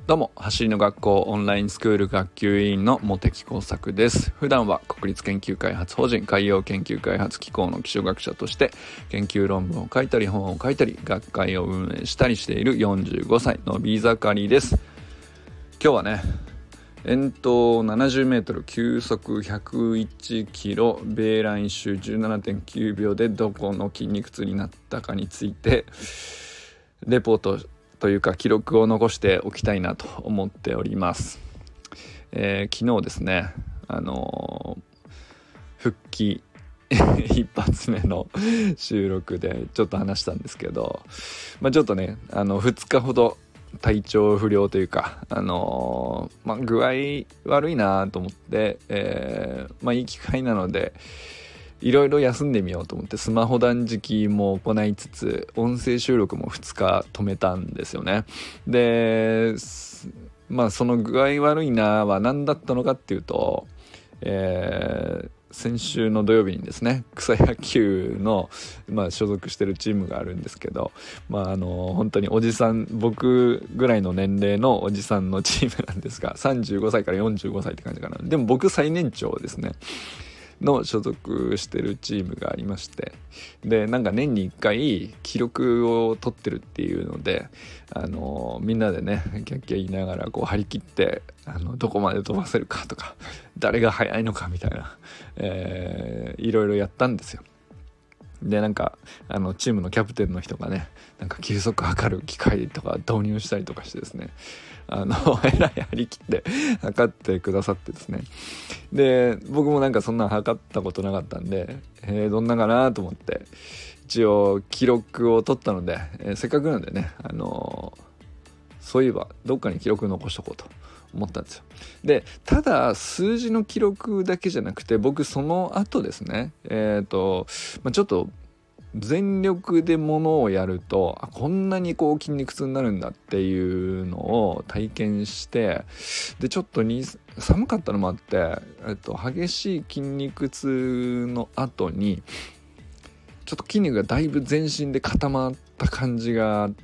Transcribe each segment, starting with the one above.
どうも、走りの学校オンラインスクール学級委員の茂木耕作です。普段は国立研究開発法人海洋研究開発機構の基礎学者として研究論文を書いたり本を書いたり学会を運営したりしている45歳のビー盛りです。今日はね、遠投70メートル球速101キロベーラン1周 17.9 秒でどこの筋肉痛になったかについてレポートというか記録を残しておきたいなと思っております。昨日ですね、復帰一発目の収録でちょっと話したんですけど、ちょっとね2日ほど体調不良というか具合悪いなと思って、いい機会なのでいろいろ休んでみようと思ってスマホ断食も行いつつ音声収録も2日止めたんですよね。でその具合悪いなは何だったのかっていうと、先週の土曜日にですね草野球の、所属してるチームがあるんですけど、本当におじさん、僕ぐらいの年齢のおじさんのチームなんですが、35歳から45歳って感じかな。でも僕最年長ですねの所属してるチームがありまして、で年に1回記録を取ってるっていうので、みんなでねキャッキャ言いながら張り切ってどこまで飛ばせるかとか誰が速いのかみたいな、いろいろやったんですよ。でチームのキャプテンの人がね球速測る機械とか導入したりとかしてですねえらい張り切って測ってくださってですね、で僕もそんな測ったことなかったんで、どんなかなと思って一応記録を取ったので、せっかくなんでねそういえばどっかに記録残しとこうと思ったんですよ。でただ数字の記録だけじゃなくて僕その後ですねちょっと全力でものをやるとこんなに筋肉痛になるんだっていうのを体験して、でちょっと寒かったのもあって、激しい筋肉痛の後にちょっと筋肉がだいぶ全身で固まった感じがあって、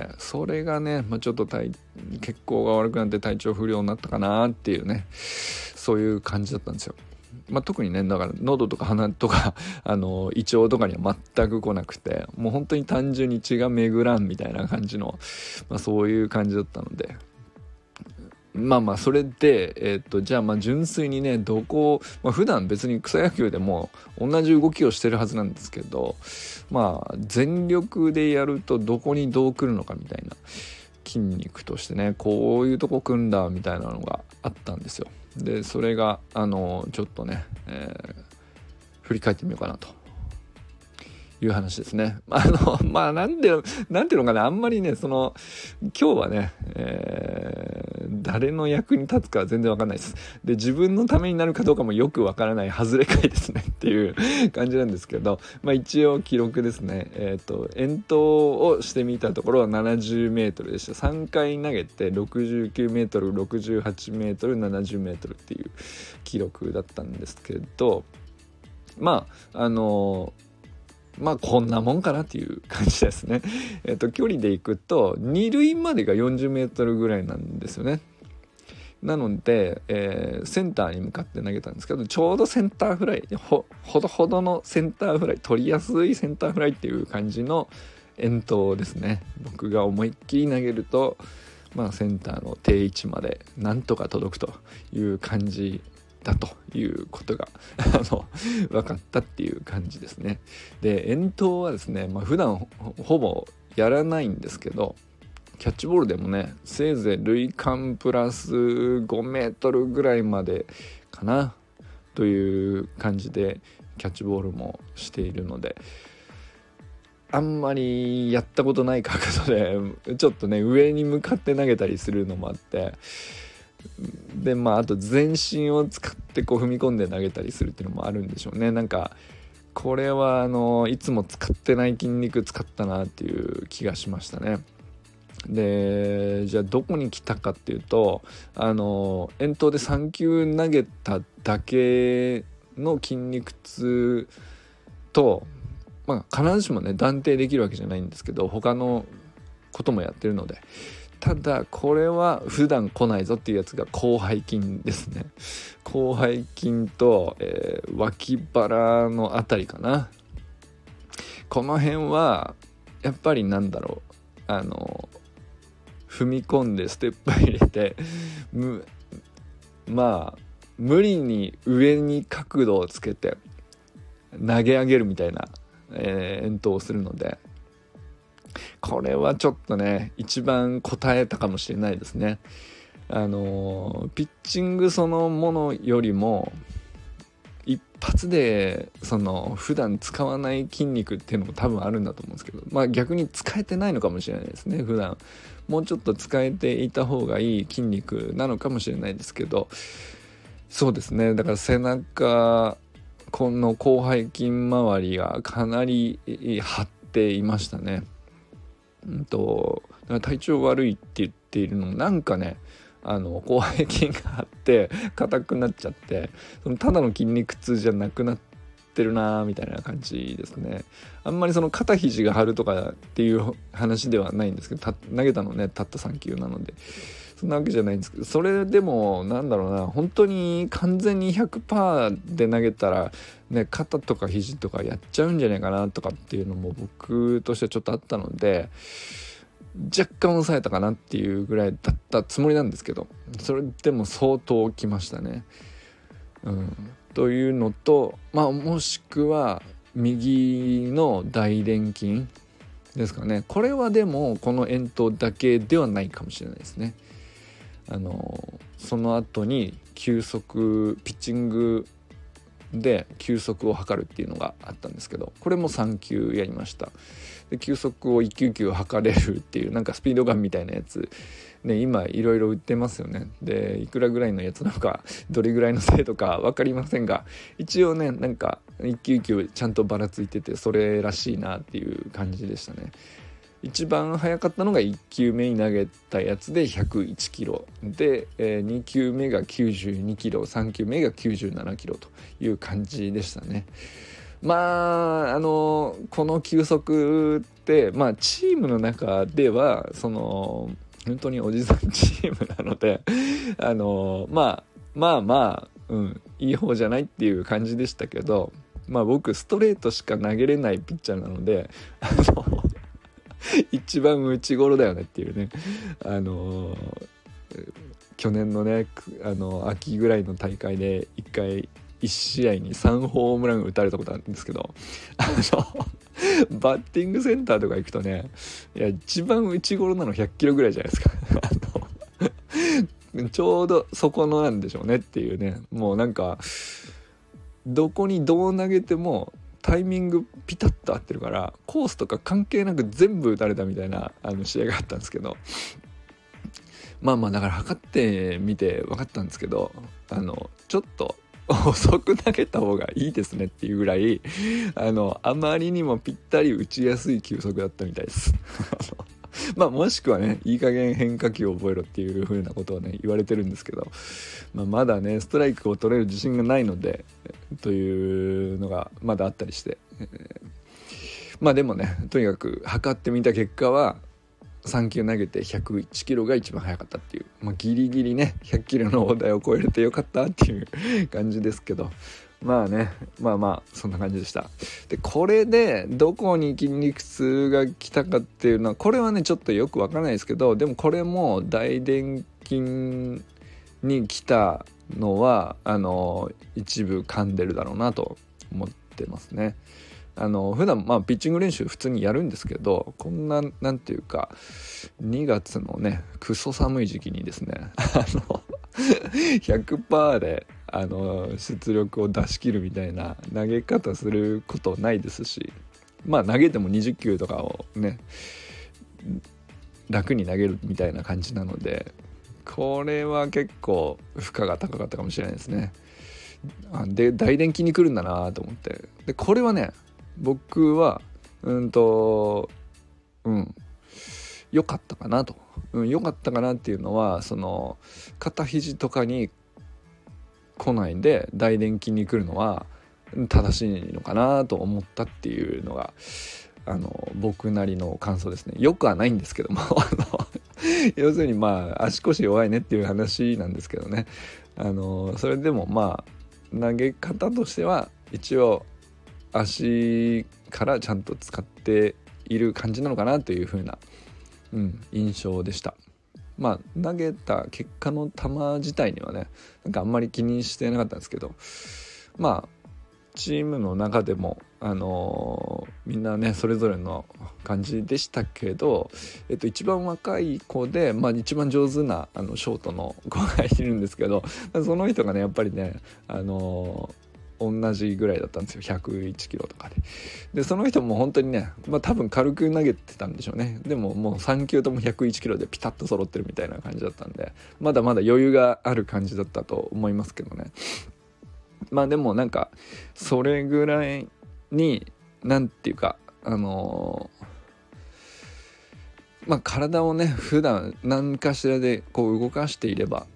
それがね、ちょっと血行が悪くなって体調不良になったかなっていうね、そういう感じだったんですよ。特にねだから喉とか鼻とか胃腸とかには全く来なくて、もう本当に単純に血が巡らんみたいな感じの、そういう感じだったので、それで、じゃあ純粋にね普段別に草野球でも同じ動きをしてるはずなんですけど、全力でやるとどこにどう来るのかみたいな筋肉としてね、こういうとこ来んだみたいなのがあったんですよ。でそれがちょっとね、振り返ってみようかなという話ですね。なんていうのかな、あんまりね今日はね、誰の役に立つかは全然わかんないです。で自分のためになるかどうかもよくわからない外れ回ですねっていう感じなんですけど、一応記録ですね。遠投をしてみたところは70メートルでした。3回投げて69メートル68メートル70メートルっていう記録だったんですけど、こんなもんかなっていう感じですね。距離でいくと2塁までが40メートルぐらいなんですよね。なので、センターに向かって投げたんですけど、ちょうどセンターフライ ほどほどのセンターフライ、取りやすいセンターフライっていう感じの遠投ですね。僕が思いっきり投げると、センターの定位置までなんとか届くという感じだということが分かったっていう感じですね。で遠投はですね、普段ほぼやらないんですけど、キャッチボールでもねせいぜい塁間プラス5メートルぐらいまでかなという感じでキャッチボールもしているので、あんまりやったことない角度でちょっとね上に向かって投げたりするのもあって、であと全身を使って踏み込んで投げたりするっていうのもあるんでしょうね。これはいつも使ってない筋肉使ったなっていう気がしましたね。でじゃあどこに来たかっていうと、遠投で3球投げただけの筋肉痛と、必ずしもね断定できるわけじゃないんですけど、他のこともやってるのでただこれは普段来ないぞっていうやつが広背筋ですね。広背筋と、脇腹のあたりかな。この辺はやっぱりなんだろう、踏み込んでステップ入れて無理に上に角度をつけて投げ上げるみたいな、遠投をするので、これはちょっとね一番答えたかもしれないですね。ピッチングそのものよりも一発でその普段使わない筋肉っていうのも多分あるんだと思うんですけど、逆に使えてないのかもしれないですね。普段もうちょっと使えていた方がいい筋肉なのかもしれないですけど、そうですね、だから背中この広背筋周りがかなり張っていましたね。だから体調悪いって言っているのもなんかね、広背筋があって硬くなっちゃって、そのただの筋肉痛じゃなくなってるなみたいな感じですね。あんまりその肩肘が張るとかっていう話ではないんですけど、投げたのねたった3球なのでそんなわけじゃないんですけど、それでもなんだろうな、本当に完全に 100% で投げたらね、肩とか肘とかやっちゃうんじゃないかなとかっていうのも僕としてはちょっとあったので、若干抑えたかなっていうぐらいだったつもりなんですけど、それでも相当きましたね。というのと、もしくは右の大臀筋ですかね。これはでもこの遠投だけではないかもしれないですね。その後に球速ピッチングで球速を測るっていうのがあったんですけど、これも3球やりました。で球速を1球球測れるっていうなんかスピードガンみたいなやつね、今いろいろ売ってますよね。でいくらぐらいのやつなのかどれぐらいの精度か分かりませんが、一応ねなんか1球球ちゃんとばらついててそれらしいなっていう感じでしたね。一番早かったのが1球目に投げたやつで101キロで、2球目が92キロ、3球目が97キロという感じでしたね。この球速ってチームの中ではその本当におじさんチームなのでいい方じゃないっていう感じでしたけど、僕ストレートしか投げれないピッチャーなので一番内頃だよねっていうね、去年のね秋ぐらいの大会で1回1試合に3ホームラン打たれたことあるんですけど、バッティングセンターとか行くとね、いや一番内頃なの100キロぐらいじゃないですかちょうどそこのなんでしょうねっていうね、もうなんかどこにどう投げてもタイミングピタッと合ってるからコースとか関係なく全部打たれたみたいな試合があったんですけど、だから測ってみて分かったんですけど、ちょっと遅く投げた方がいいですねっていうぐらいあまりにもぴったり打ちやすい球速だったみたいですもしくはねいい加減変化球を覚えろっていう風なことをね言われてるんですけど、まだねストライクを取れる自信がないのでというのがまだあったりして、でもねとにかく測ってみた結果は3球投げて101キロが一番速かったっていう、ギリギリね100キロの大台を超えれてよかったっていう感じですけど、そんな感じでした。でこれでどこに筋肉痛が来たかっていうのはこれはねちょっとよくわからないですけど、でもこれも大臀筋に来たのは一部噛んでるだろうなと思ってますね。普段ピッチング練習普通にやるんですけど、こんななんていうか2月のねクソ寒い時期にですね100% で出力を出し切るみたいな投げ方することないですし、投げても20球とかをね楽に投げるみたいな感じなので、これは結構負荷が高かったかもしれないですね。で大臀筋に来るんだなと思って、でこれはね僕は良かったかなと、良かったかなっていうのはその肩肘とかに来ないで大臀筋に来るのは正しいのかなと思ったっていうのが僕なりの感想ですね。よくはないんですけども要するに足腰弱いねっていう話なんですけどね。それでも投げ方としては一応足からちゃんと使っている感じなのかなという風な、印象でした。投げた結果の球自体にはねなんかあんまり気にしてなかったんですけど、チームの中でもみんなねそれぞれの感じでしたけど、一番若い子で、一番上手なショートの子がいるんですけど、その人がねやっぱりね同じぐらいだったんですよ、101キロとかでその人も本当にね、多分軽く投げてたんでしょうね。でももう3球とも101キロでピタッと揃ってるみたいな感じだったんで、まだまだ余裕がある感じだったと思いますけどね。でもなんかそれぐらいになんていうか体をね普段何かしらでこう動かしていれば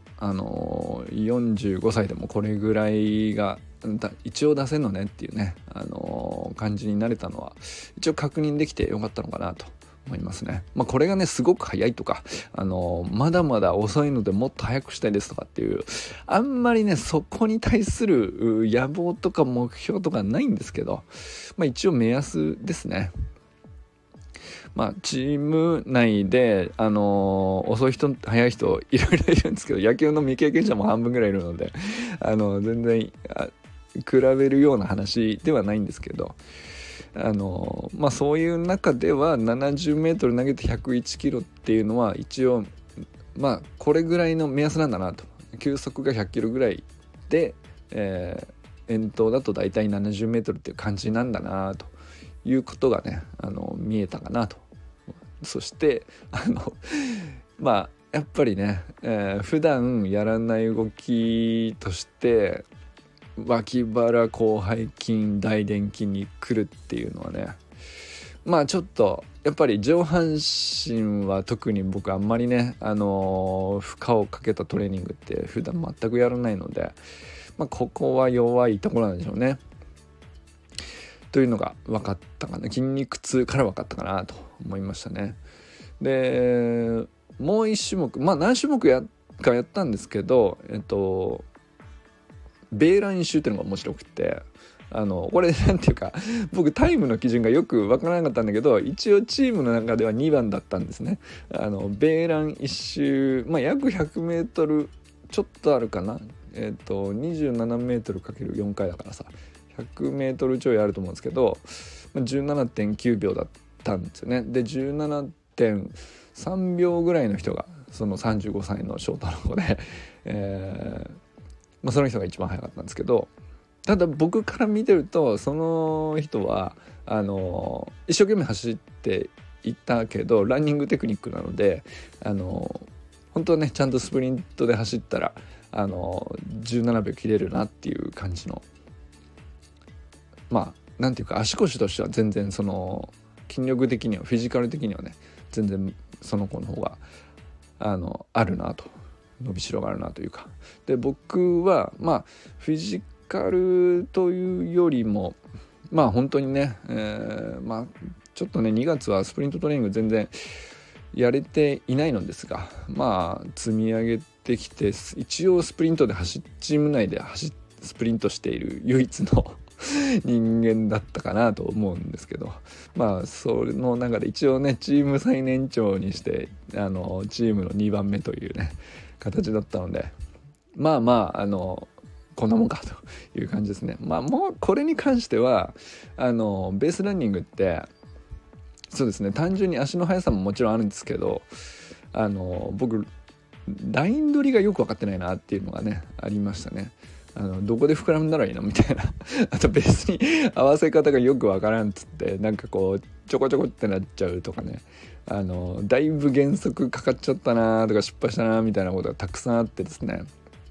45歳でもこれぐらいが一応出せんのねっていうね、感じになれたのは一応確認できてよかったのかなと思いますね。これがねすごく早いとかまだまだ遅いのでもっと早くしたいですとかっていうあんまりねそこに対する野望とか目標とかないんですけど、一応目安ですね。チーム内で、遅い人早い人いろいろいるんですけど、野球の未経験者も半分ぐらいいるので全然比べるような話ではないんですけど、そういう中では70メートル投げて101キロっていうのは一応これぐらいの目安なんだなと。球速が100キロぐらいで、遠投だと大体70メートルっていう感じなんだなということがね見えたかなと。そしてやっぱりね、普段やらない動きとして脇腹広背筋大臀筋に来るっていうのはねちょっとやっぱり上半身は特に僕あんまりね負荷をかけたトレーニングって普段全くやらないので、ここは弱いところなんでしょうねというのが分かったかな。筋肉痛から分かったかなと思いましたね。でもう一種目何種目やったんですけどベイライン集っていうのが面白くてこれなんていうか僕タイムの基準がよく分からなかったんだけど一応チームの中では2番だったんですね。ベイラン1周約100メートルちょっとあるかな27メートル ×4 回だからさ100メートルちょいあると思うんですけど 17.9 秒だったんですよね。で 17.3 秒ぐらいの人がその35歳のショートの子で、その人が一番早かったんですけど、ただ僕から見てるとその人は一生懸命走っていったけどランニングテクニックなので本当はねちゃんとスプリントで走ったら17秒切れるなっていう感じのなんていうか足腰としては全然その筋力的にはフィジカル的にはね全然その子の方があるなと伸びしろがあるなというかで僕はフィジカルというよりも本当にね、ちょっとね2月はスプリントトレーニング全然やれていないのですが積み上げてきて一応スプリントでチーム内でスプリントしている唯一の人間だったかなと思うんですけどそれの中で一応ねチーム最年長にしてチームの2番目というね形だったのでこんなもんかという感じですね。もうこれに関してはベースランニングってそうですね単純に足の速さももちろんあるんですけど僕ライン取りがよく分かってないなっていうのがねありましたね。どこで膨らんだらいいのみたいなあとベースに合わせ方がよくわからんっつってなんかこうちょこちょこってなっちゃうとかねだいぶ減速かかっちゃったなとか失敗したなみたいなことがたくさんあってですね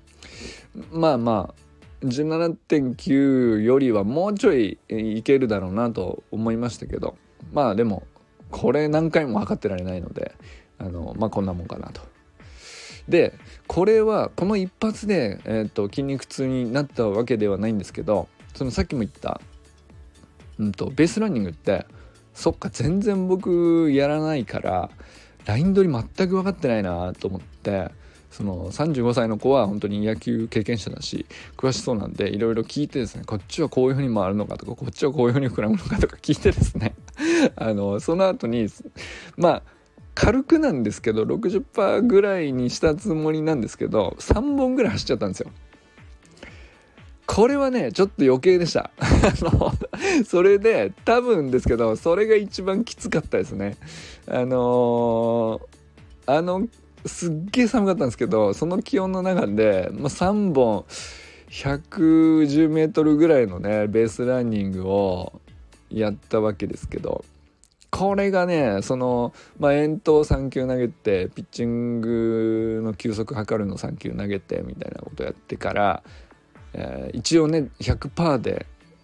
17.9 よりはもうちょいいけるだろうなと思いましたけどでもこれ何回も測ってられないのでこんなもんかなと。でこれはこの一発で、筋肉痛になったわけではないんですけどそのさっきも言った、ベースランニングってそっか全然僕やらないからライン取り全く分かってないなと思って、その35歳の子は本当に野球経験者だし詳しそうなんで、いろいろ聞いてですね、こっちはこういう風に回るのかとか、こっちはこういう風に膨らむのかとか聞いてですねその後にまあ軽くなんですけど 60% ぐらいにしたつもりなんですけど、3本ぐらい走っちゃったんですよ。これはねちょっと余計でしたそれで多分ですけど、それが一番きつかったですね。すっげえ寒かったんですけど、その気温の中で、3本110メートルぐらいのねベースランニングをやったわけですけど、これがね遠投3球投げて、ピッチングの球速測るの3球投げてみたいなことやってから、一応ね 100% で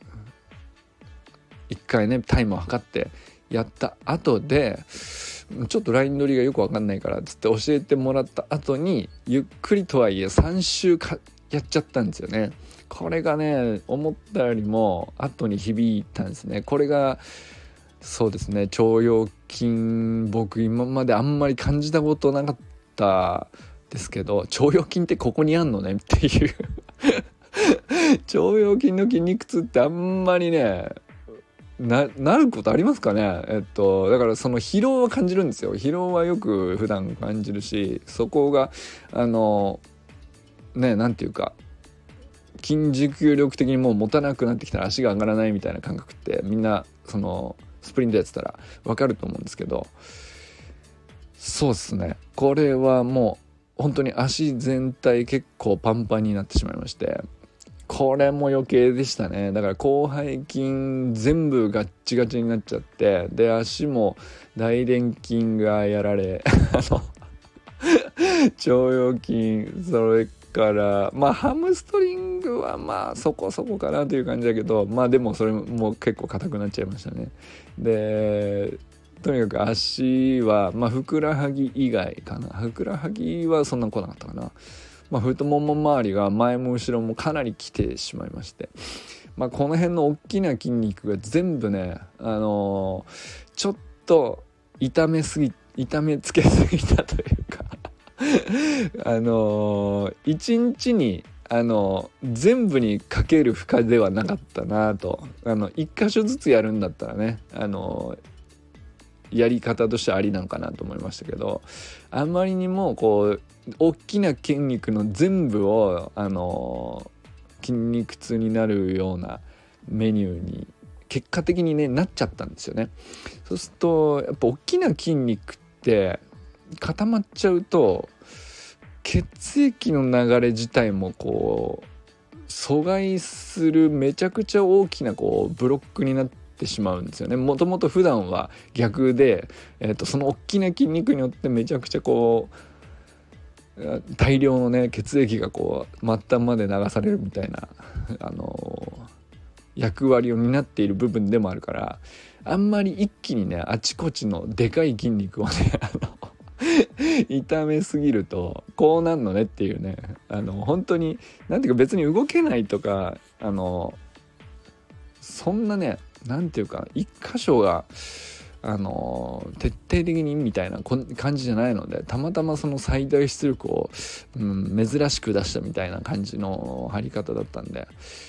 1回ねタイムを測ってやった後で、ちょっとライン取りがよく分かんないからつって教えてもらった後に、ゆっくりとはいえ3周やっちゃったんですよね。これがね思ったよりも後に響いたんですね。これがそうですね、腸腰筋、僕今まであんまり感じたことなかったですけど、腸腰筋ってここにあんのねっていう腸腰筋の筋肉痛ってあんまりねなることありますかね。だからその疲労は感じるんですよ。疲労はよく普段感じるし、そこがなんていうか、筋持久力的にもう持たなくなってきたら足が上がらないみたいな感覚ってみんなそのスプリントやってたら分かると思うんですけど、そうですね、これはもう本当に足全体結構パンパンになってしまいまして、これも余計でしたね。だから広背筋全部ガッチガチになっちゃって、で足も大臀筋がやられ腸腰筋、それからハムストリングはそこそこかなという感じだけど、でもそれも結構硬くなっちゃいましたね。でとにかく足はふくらはぎ以外かな、ふくらはぎはそんな来なかったかな。太もも周りが前も後ろもかなり来てしまいまして、この辺の大きな筋肉が全部ね、ちょっと痛めつけすぎたというか一日に全部にかける負荷ではなかったなと。一箇所ずつやるんだったらねやり方としてありなのかなと思いましたけど、あまりにもこう大きな筋肉の全部を筋肉痛になるようなメニューに結果的にねなっちゃったんですよね。そうするとやっぱ大きな筋肉って固まっちゃうと、血液の流れ自体もこう阻害するめちゃくちゃ大きなブロックになってしまうんですよね。もともと普段は逆で、その大きな筋肉によってめちゃくちゃ大量のね血液が末端まで流されるみたいな役割を担っている部分でもあるから、あんまり一気にねあちこちのでかい筋肉をね痛めすぎるとこうなんのねっていうね、本当になんていうか、別に動けないとかそんなね、なんていうか一箇所が徹底的にみたいな感じじゃないので、たまたまその最大出力を、珍しく出したみたいな感じの張り方だったんで、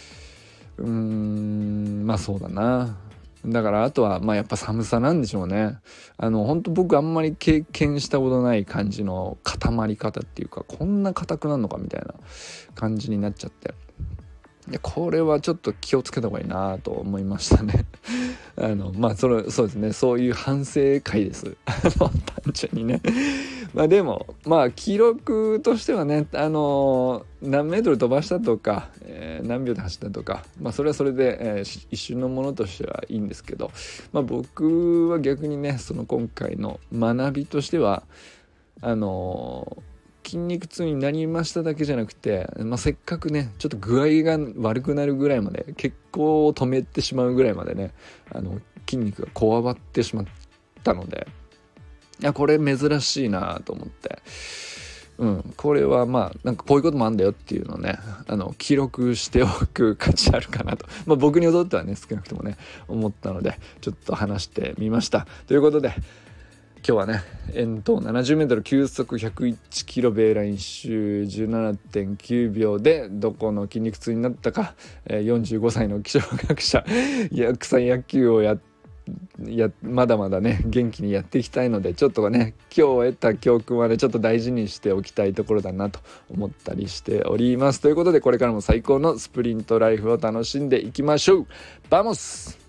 そうだな。だからあとはやっぱ寒さなんでしょうね。本当僕あんまり経験したことない感じの固まり方っていうか、こんな硬くなるのかみたいな感じになっちゃって、これはちょっと気をつけた方がいいなと思いましたねそうですね、そういう反省会です単純にねでも記録としてはね、何メートル飛ばしたとか、何秒で走ったとか、それはそれで、一瞬のものとしてはいいんですけど、僕は逆にね、その今回の学びとしては筋肉痛になりましただけじゃなくて、せっかくねちょっと具合が悪くなるぐらいまで、血行を止めてしまうぐらいまでね筋肉がこわばってしまったので、これ珍しいなと思って、これはなんかこういうこともあんだよっていうのをね記録しておく価値あるかなと、僕にとってはね少なくともね思ったので、ちょっと話してみました。ということで日はね遠投 70m 球速101キロベーライン周 17.9 秒でどこの筋肉痛になったか、45歳の気象学者草野球をまだまだね元気にやっていきたいので、ちょっとね今日得た教訓はねちょっと大事にしておきたいところだなと思ったりしております。ということでこれからも最高のスプリントライフを楽しんでいきましょう。バモス。